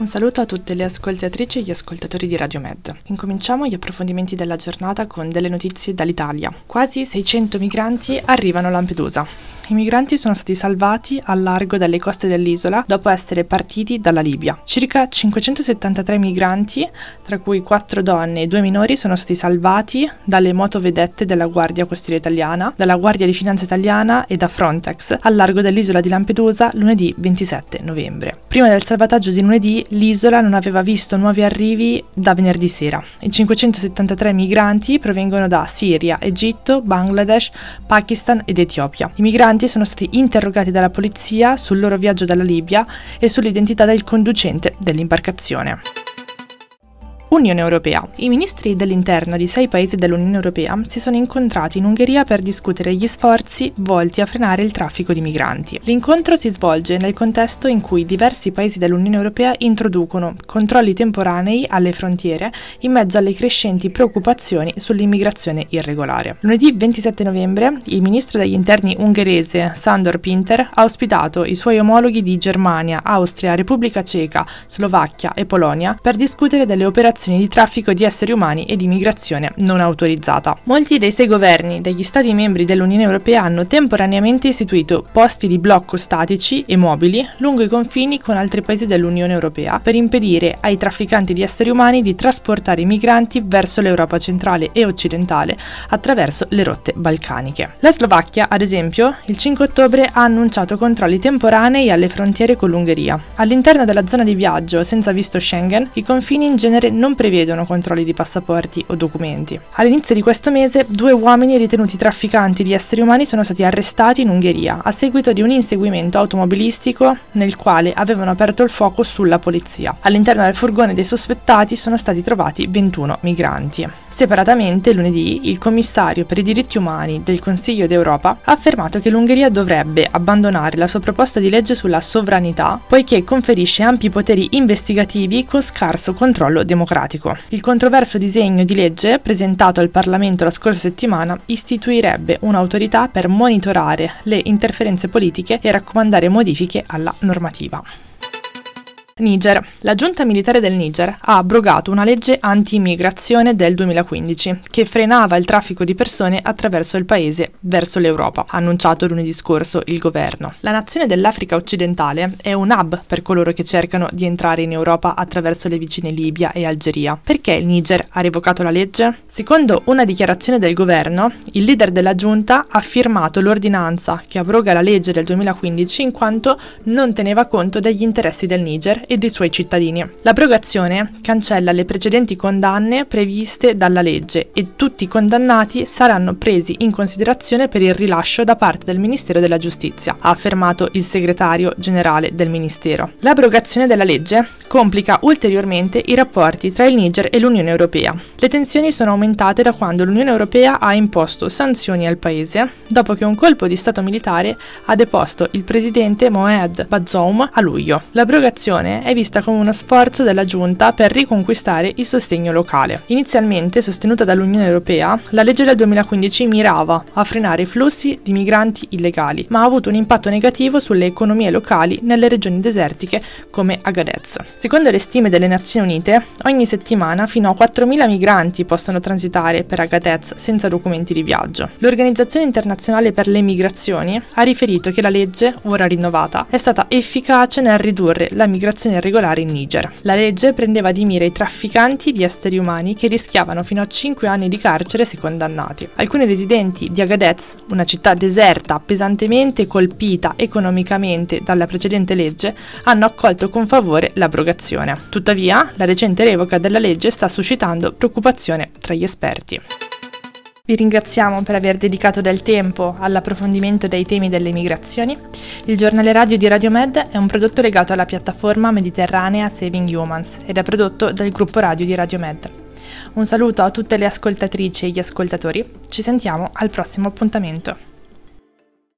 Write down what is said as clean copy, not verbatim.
Un saluto a tutte le ascoltatrici e gli ascoltatori di Radio Med. Incominciamo gli approfondimenti della giornata con delle notizie dall'Italia. Quasi 600 migranti arrivano a Lampedusa. I migranti sono stati salvati al largo dalle coste dell'isola dopo essere partiti dalla Libia. Circa 573 migranti, tra cui 4 donne e 2 minori, sono stati salvati dalle motovedette della Guardia Costiera Italiana, dalla Guardia di Finanza Italiana e da Frontex al largo dell'isola di Lampedusa lunedì 27 novembre. Prima del salvataggio di lunedì, l'isola non aveva visto nuovi arrivi da venerdì sera. I 573 migranti provengono da Siria, Egitto, Bangladesh, Pakistan ed Etiopia. I migranti sono stati interrogati dalla polizia sul loro viaggio dalla Libia e sull'identità del conducente dell'imbarcazione. Unione Europea. I ministri dell'interno di 6 paesi dell'Unione Europea si sono incontrati in Ungheria per discutere gli sforzi volti a frenare il traffico di migranti. L'incontro si svolge nel contesto in cui diversi paesi dell'Unione Europea introducono controlli temporanei alle frontiere in mezzo alle crescenti preoccupazioni sull'immigrazione irregolare. Lunedì 27 novembre il ministro degli interni ungherese Sándor Pinter ha ospitato i suoi omologhi di Germania, Austria, Repubblica Ceca, Slovacchia e Polonia per discutere delle operazioni di traffico di esseri umani e di migrazione non autorizzata. Molti dei 6 governi degli Stati membri dell'Unione Europea hanno temporaneamente istituito posti di blocco statici e mobili lungo i confini con altri paesi dell'Unione Europea per impedire ai trafficanti di esseri umani di trasportare i migranti verso l'Europa centrale e occidentale attraverso le rotte balcaniche. La Slovacchia, ad esempio, il 5 ottobre ha annunciato controlli temporanei alle frontiere con l'Ungheria. All'interno della zona di viaggio senza visto Schengen, i confini in genere non prevedono controlli di passaporti o documenti. All'inizio di questo mese, 2 uomini ritenuti trafficanti di esseri umani sono stati arrestati in Ungheria a seguito di un inseguimento automobilistico nel quale avevano aperto il fuoco sulla polizia. All'interno del furgone dei sospettati sono stati trovati 21 migranti. Separatamente, lunedì, il commissario per i diritti umani del Consiglio d'Europa ha affermato che l'Ungheria dovrebbe abbandonare la sua proposta di legge sulla sovranità, poiché conferisce ampi poteri investigativi con scarso controllo democratico. Il controverso disegno di legge, presentato al Parlamento la scorsa settimana, istituirebbe un'autorità per monitorare le interferenze politiche e raccomandare modifiche alla normativa. Niger. La giunta militare del Niger ha abrogato una legge anti-immigrazione del 2015 che frenava il traffico di persone attraverso il paese verso l'Europa, ha annunciato lunedì scorso il governo. La nazione dell'Africa occidentale è un hub per coloro che cercano di entrare in Europa attraverso le vicine Libia e Algeria. Perché il Niger ha revocato la legge? Secondo una dichiarazione del governo, il leader della giunta ha firmato l'ordinanza che abroga la legge del 2015 in quanto non teneva conto degli interessi del Niger e dei suoi cittadini. L'abrogazione cancella le precedenti condanne previste dalla legge e tutti i condannati saranno presi in considerazione per il rilascio da parte del Ministero della Giustizia, ha affermato il segretario generale del Ministero. L'abrogazione della legge complica ulteriormente i rapporti tra il Niger e l'Unione Europea. Le tensioni sono aumentate da quando l'Unione Europea ha imposto sanzioni al paese dopo che un colpo di stato militare ha deposto il presidente Mohamed Bazoum a luglio. L'abrogazione è vista come uno sforzo della giunta per riconquistare il sostegno locale. Inizialmente sostenuta dall'Unione Europea, la legge del 2015 mirava a frenare i flussi di migranti illegali, ma ha avuto un impatto negativo sulle economie locali nelle regioni desertiche come Agadez. Secondo le stime delle Nazioni Unite, ogni settimana fino a 4.000 migranti possono transitare per Agadez senza documenti di viaggio. L'Organizzazione Internazionale per le Migrazioni ha riferito che la legge, ora rinnovata, è stata efficace nel ridurre la migrazione irregolare in Niger. La legge prendeva di mira i trafficanti di esseri umani che rischiavano fino a 5 anni di carcere se condannati. Alcuni residenti di Agadez, una città deserta pesantemente colpita economicamente dalla precedente legge, hanno accolto con favore l'abrogazione. Tuttavia, la recente revoca della legge sta suscitando preoccupazione tra gli esperti. Vi ringraziamo per aver dedicato del tempo all'approfondimento dei temi delle migrazioni. Il giornale radio di Radio Med è un prodotto legato alla piattaforma mediterranea Saving Humans ed è prodotto dal gruppo radio di Radio Med. Un saluto a tutte le ascoltatrici e gli ascoltatori. Ci sentiamo al prossimo appuntamento.